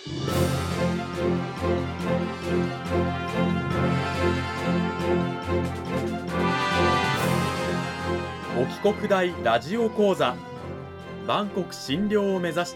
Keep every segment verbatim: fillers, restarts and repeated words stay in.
沖国大ラジオ講座、万国診療を目指して。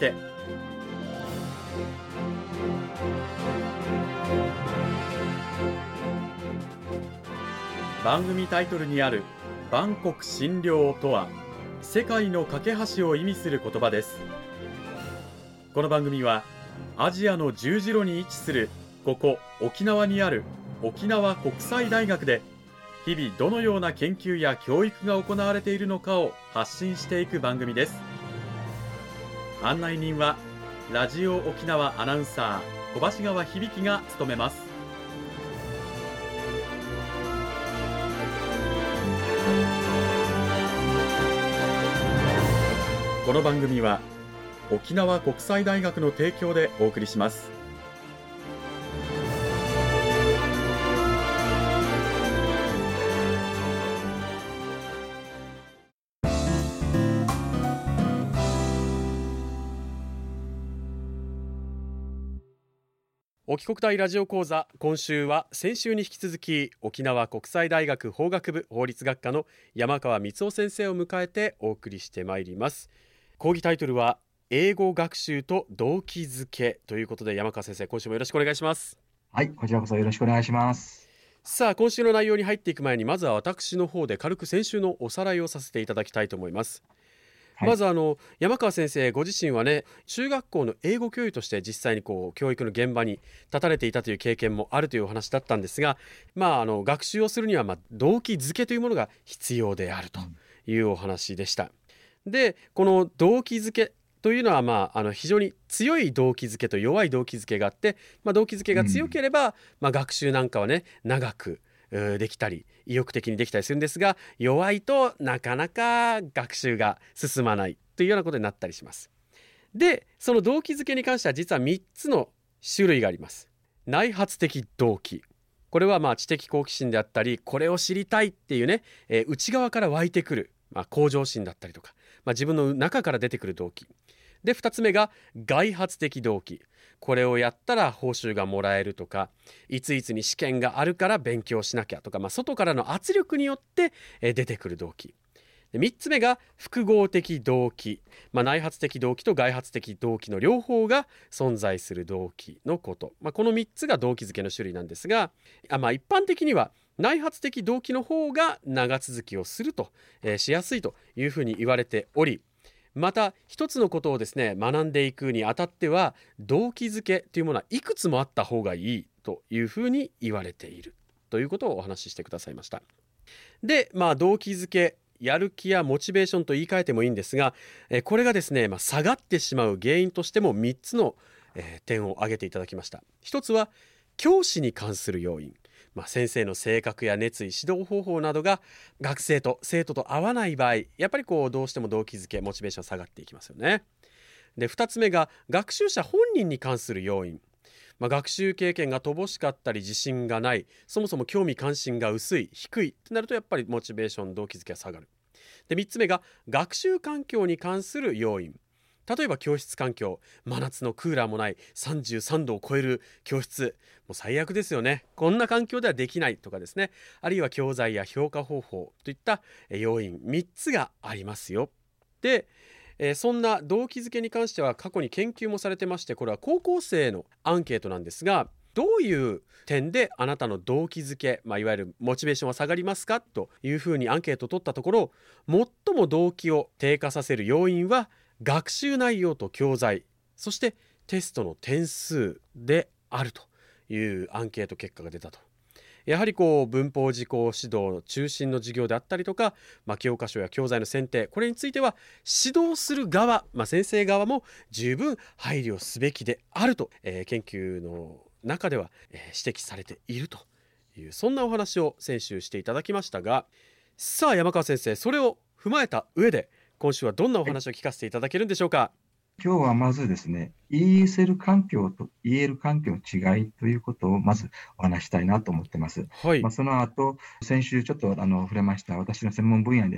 番組タイトルにある万国診療とは、世界の架け橋を意味する言葉です。この番組はアジアの十字路に位置するここ沖縄にある沖縄国際大学で、日々どのような研究や教育が行われているのかを発信していく番組です。案内人はラジオ沖縄アナウンサー小橋川響が務めます。この番組は沖縄国際大学の提供でお送りします。沖国大ラジオ講座、今週は先週に引き続き沖縄国際大学法学部法律学科の山川光夫先生を迎えてお送りしてまいります。講義タイトルは英語学習と動機づけということで、山川先生、今週もよろしくお願いします。 はい、こちらこそよろしくお願いします。 さあ、今週の内容に入っていく前に、まずは私の方で軽く先週のおさらいをさせていただきたいと思います。はい、まずあの山川先生ご自身はね、中学校の英語教諭として実際にこう教育の現場に立たれていたという経験もあるというお話だったんですが、まあ、あの学習をするにはまあ動機づけというものが必要であるというお話でした。で、この動機づけというのは、まあ、あの非常に強い動機づけと弱い動機づけがあって、まあ、動機づけが強ければ、うんまあ、学習なんかはね長くできたり意欲的にできたりするんですが、弱いとなかなか学習が進まないというようなことになったりします。で、その動機づけに関しては実はみっつの種類があります。内発的動機、これはまあ知的好奇心であったり、これを知りたいっていうね、えー、内側から湧いてくる、まあ、向上心だったりとか、まあ、自分の中から出てくる動機で、ふたつめが外発的動機、これをやったら報酬がもらえるとか、いついつに試験があるから勉強しなきゃとか、まあ、外からの圧力によって出てくる動機で、みっつめが複合的動機、まあ、内発的動機と外発的動機の両方が存在する動機のこと、まあ、このみっつが動機づけの種類なんですが、あ、まあ、一般的には内発的動機の方が長続きをすると、えー、しやすいというふうに言われており、また一つのことをですね学んでいくにあたっては、動機づけというものはいくつもあった方がいいというふうに言われているということをお話ししてくださいました。で、まあ、動機づけ、やる気やモチベーションと言い換えてもいいんですが、えこれがですね、まあ、下がってしまう原因としてもみっつの、えー、点を挙げていただきました。一つは教師に関する要因、まあ、先生の性格や熱意、指導方法などが学生と生徒と合わない場合、やっぱりこうどうしても動機づけ、モチベーション下がっていきますよね。で、ふたつめが学習者本人に関する要因、まあ、学習経験が乏しかったり自信がない、そもそも興味関心が薄い、低いってなると、やっぱりモチベーション、動機づけが下がる。で、みっつめが学習環境に関する要因、例えば教室環境、真夏のクーラーもないさんじゅうさんどを超える教室、もう最悪ですよね。こんな環境ではできないとかですね、あるいは教材や評価方法といった要因みっつがありますよ。で、えー、そんな動機づけに関しては過去に研究もされてまして、これは高校生のアンケートなんですが、どういう点であなたの動機づけ、まあ、いわゆるモチベーションは下がりますかというふうにアンケートを取ったところ、最も動機を低下させる要因は学習内容と教材、そしてテストの点数であるというアンケート結果が出たと。やはりこう文法事項指導の中心の授業であったりとか、まあ、教科書や教材の選定、これについては指導する側、まあ、先生側も十分配慮すべきであると、えー、研究の中では、えー、指摘されているという、そんなお話を先週していただきましたが、さあ山川先生、それを踏まえた上で今週はどんなお話を聞かせていただけるんでしょうか。 今日はまずですね、イーエスエル 環境と イーエル 環境の違いということをまずお話したいなと思ってます。 はい。 まあ、その後、先週ちょっとあの触れました私の専門分野である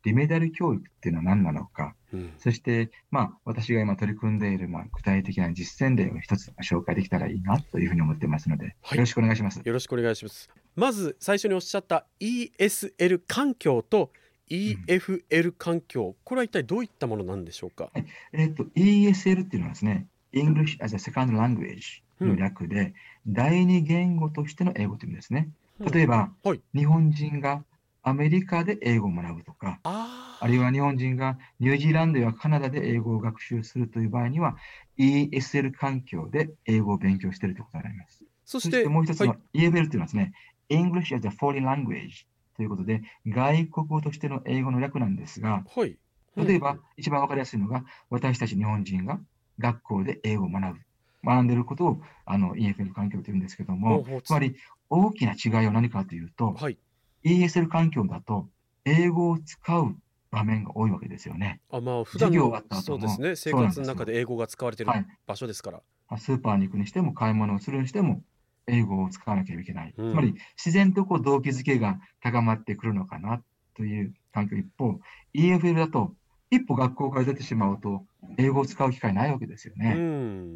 リメディアル教育っていうのは何なのか、 うん、 そして、まあ、私が今取り組んでいる、まあ、具体的な実践例を一つ紹介できたらいいなというふうに思ってますので、 はい、 よろしくお願いします。 よろしくお願いします。まず最初におっしゃった イーエスエル 環境と イーエフエル 環境、これは一体どういったものなんでしょうか。 はい、えっと、イーエスエル っていうのはですね、English as a Second Language の略で、うん、第二言語としての英語という意味ですね。例えば、うんはい、日本人がアメリカで英語を学ぶとか、あ, あるいは日本人がニュージーランドやカナダで英語を学習するという場合には、イーエスエル 環境で英語を勉強しているということになります。そして、そしてもう一つの イーエフエル というのはですね、はい、English as a Foreign Language ということで、外国語としての英語の略なんですが、はい、例えば、一番わかりやすいのが、私たち日本人が学校で英語を学ぶ。学んでいることをあの イーエフエル 環境というんですけども、つまり大きな違いは何かというと、はい、イーエスエル 環境だと英語を使う場面が多いわけですよね。 あ、まあ、普段のそうですね、生活の中で英語が使われている場所ですから。 はい、スーパーに行くにしても、買い物をするにしても、英語を使わなきゃいけない。うん、つまり、自然とこう動機づけが高まってくるのかなという環境一方、イーエフエル だと、一歩学校から出てしまうと、英語を使う機会ないわけですよね。うん、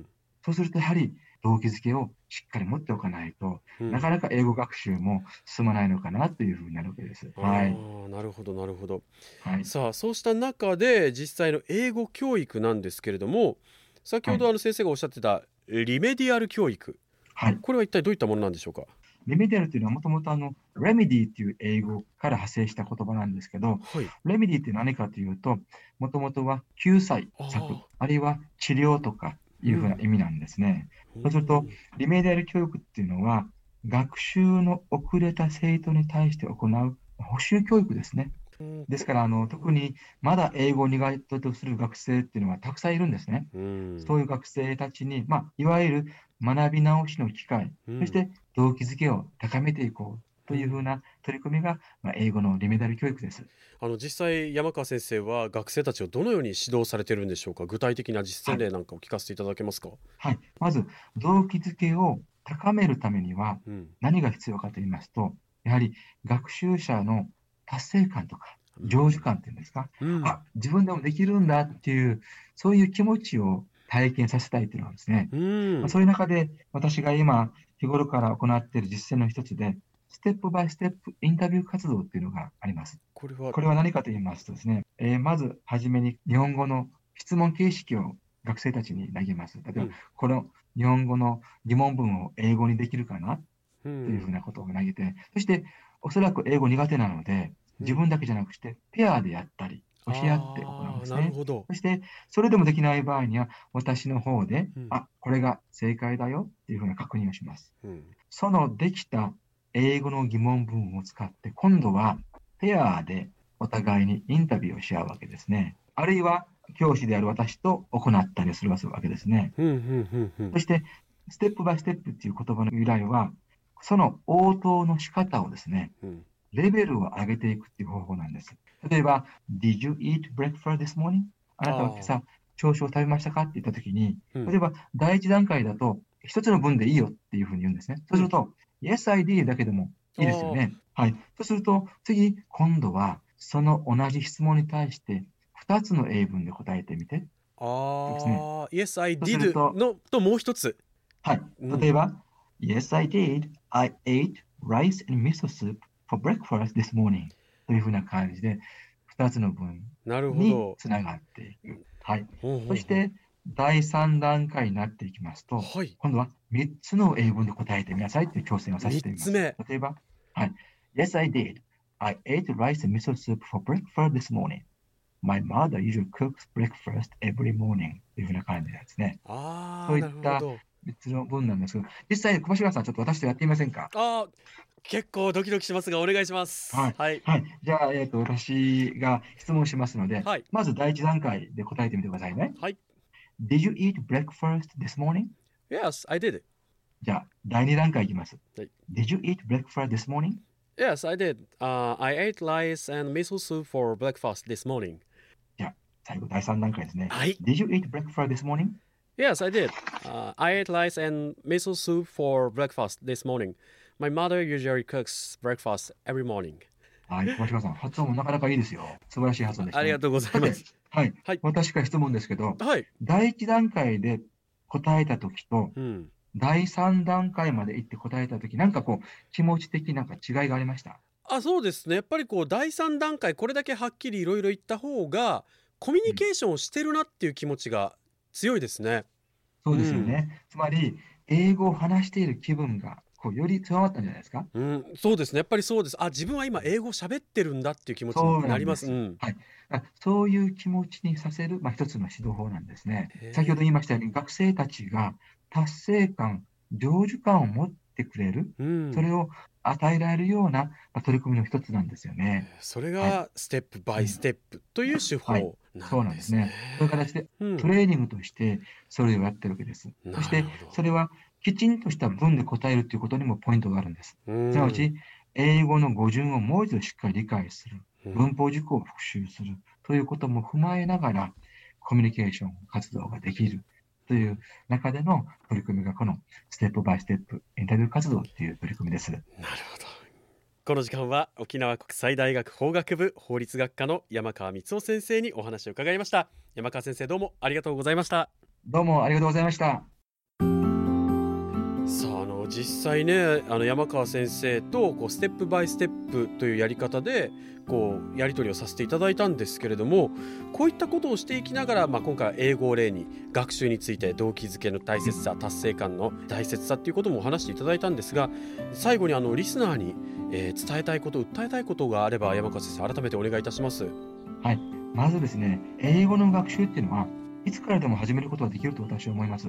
そうすると、やはり動機づけをしっかり持っておかないと、うん、なかなか英語学習も進まないのかなというふうになるわけです。はい。 あ、なるほど、なるほど。はい、さあ、そうした中で、実際の英語教育なんですけれども、先ほどあの先生がおっしゃってたリメディアル教育、はい、これは一体どういったものなんでしょうか。 リメディアルというのはもともとあのレメディという英語から派生した言葉なんですけど、はい、レメディって何かというと、もともとは救済策、あ, あるいは治療とかいうふうな意味なんですね。うん、そうすると、リメディアル教育っていうのは、学習の遅れた生徒に対して行う補習教育ですね。ですからあの、特にまだ英語を苦手とする学生っていうのはたくさんいるんですね。うん、そういう学生たちに、まあ、いわゆる学び直しの機会、うん、そして動機づけを高めていこうというふうな取り組みが、まあ、英語のリメディアル教育です。 あの実際、山川先生は学生たちをどのように指導されているんでしょうか。具体的な実践例なんかを聞かせていただけますか。はい、 はい、まず動機づけを高めるためには何が必要かと言いますと、うん、やはり学習者の達成感とか成就感っていうんですか、うん、あ、自分でもできるんだっていう、そういう気持ちを体験させたいというのはですね、うん、まあ、そういう中で私が今、日頃から行っている実践の一つで、ステップバイステップインタビュー活動っていうのがあります。これは、これは何かと言いますとですね、えー、まずはじめに日本語の質問形式を学生たちに投げます。例えば、うん、この日本語の疑問文を英語にできるかな、うん、というふうなことを投げて、そしておそらく英語苦手なので、自分だけじゃなくて、ペアでやったり、教え合って行うんですね。なるほど。そして、それでもできない場合には、私の方で、うん、あ、これが正解だよっていうふうな確認をします。うん、そのできた英語の疑問文を使って、今度はペアでお互いにインタビューをし合うわけですね。あるいは、教師である私と行ったりするわけですね。うんうんうんうん、そして、ステップバイステップっていう言葉の由来は、その応答の仕方をですね、うん、レベルを上げていくっていう方法なんです。例えば、Did you eat breakfast this morning? あなたは今朝、朝食を食べましたかって言ったときに、例えば、第一段階だと、一つの文でいいよっていうふうに言うんですね。そうすると、うん、Yes, I did だけでもいいですよね。はい。そうすると、次、今度は、その同じ質問に対して、二つの英文で答えてみて。 ああ、ね、Yes, I did のともう一つ。 はい。例えば、うん、Yes, I did. I ate rice and miso soup for breakfast this morning というふうな感じでふたつの文につながっていく。はい。ほうほうほう。そしてだいさん段階になっていきますと、はい、今度はみっつの英文で答えてみなさいという挑戦をさせています。みっつめ。例えば、はい。Yes, I did. I ate rice and miso soup for breakfast this morning. My mother usually cooks breakfast every morning というふうな感じですね。ああ、そういったみっつの文なんですけど、実際に小橋さん、ちょっと私とやってみませんか。 ああ、結構ドキドキしますが、お願いします。 はい。はい。はい、じゃあ、えっと、私が質問しますので、はい、まず第一段階で答えてみてくださいね。はい。Did you eat breakfast this morning? Yes, I did. じゃあ、第二段階いきます。はい。Did you eat breakfast this morning? Yes, I did.、Uh, I ate rice and miso soup for breakfast this morning. じゃあ、最後、第三段階ですね。はい。Did you eat breakfast this morning?Yes, I did.、Uh, I ate rice and miso soup for breakfast this morning. My mother usually cooks breakfast every morning. はい、小柴さん、発音もなかなかいいですよ。素晴らしい発音でしたね。 ありがとうございます。 はい、はい、私から質問ですけど、 はい、 第一段階で答えたときと、うん、だいさん段階まで行って答えたとき、なんかこう、気持ち的なんか違いがありました？ あ、そうですね。やっぱりこう、だいさん段階、これだけはっきりいろいろ言った方が、コミュニケーションをしてるなっていう気持ちが強いですね。 うん、そうですよね。うん、つまり、英語を話している気分が、こうより強まったんじゃないですか？ うん、そうですね。やっぱりそうです。あ、自分は今英語を喋ってるんだっていう気持ちになります。 そうなんです。うん、はい。あ、そういう気持ちにさせる、まあ、一つの指導法なんですね。先ほど言いましたように、学生たちが達成感、成就感を持ってくれる、うん、それを与えられるような、まあ、取り組みの一つなんですよね。 それがステップバイステップという手法なんですね。はい、 そうなんですね。そういう形でトレーニングとしてそれをやってるわけです。うん、そしてそれはきちんとした文で答えるということにもポイントがあるんです。うん、すなわち英語の語順をもう一度しっかり理解する、文法事項を復習するということも踏まえながらコミュニケーション活動ができるという中での取り組みがこのステップバイステップインタビュー活動という取り組みです。なるほど。 この時間は沖縄国際大学法学部法律学科の山川光夫先生にお話を伺いました。山川先生、どうもありがとうございました。 どうもありがとうございました。 さあ、あの実際ね、あの山川先生とこうステップバイステップというやり方でこうやり取りをさせていただいたんですけれども、こういったことをしていきながら、まあ、今回は英語を例に学習について動機づけの大切さ、達成感の大切さということも話していただいたんですが、最後にあのリスナーに、えー、伝えたいこと、訴えたいことがあれば山川先生、改めてお願いいたします。 はい、まずですね、英語の学習っていうのはいつからでも始めることができると私は思います。うん、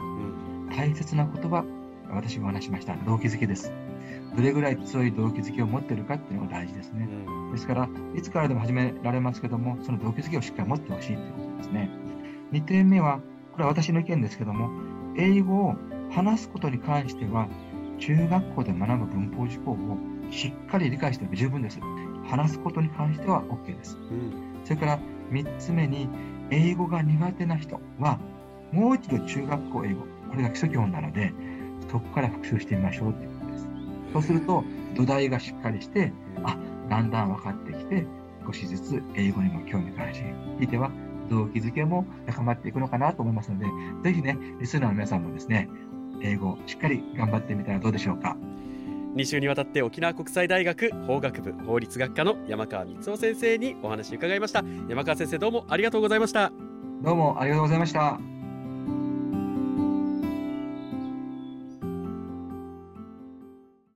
大切な言葉、私が話しました動機づけです。どれぐらい強い動機づけを持っているかっていうのが大事ですね。うん、ですからいつからでも始められますけども、その動機づけをしっかり持ってほしいということですね。にてんめは、これは私の意見ですけども、英語を話すことに関しては中学校で学ぶ文法事項をしっかり理解しても十分です。話すことに関しては OK です。うん、それからみっつめに、英語が苦手な人はもう一度中学校英語、これが基礎基本なのでそこから復習してみましょうということです。そうすると土台がしっかりして、あ、だんだん分かってきて、少しずつ英語にも興味があるし、ひいては動機づけも高まっていくのかなと思いますので、ぜひね、リスナーの皆さんもですね、英語をしっかり頑張ってみたらどうでしょうか。 に週にわたって沖縄国際大学法学部法律学科の山川光夫先生にお話を伺いました。山川先生、どうもありがとうございました。 どうもありがとうございました。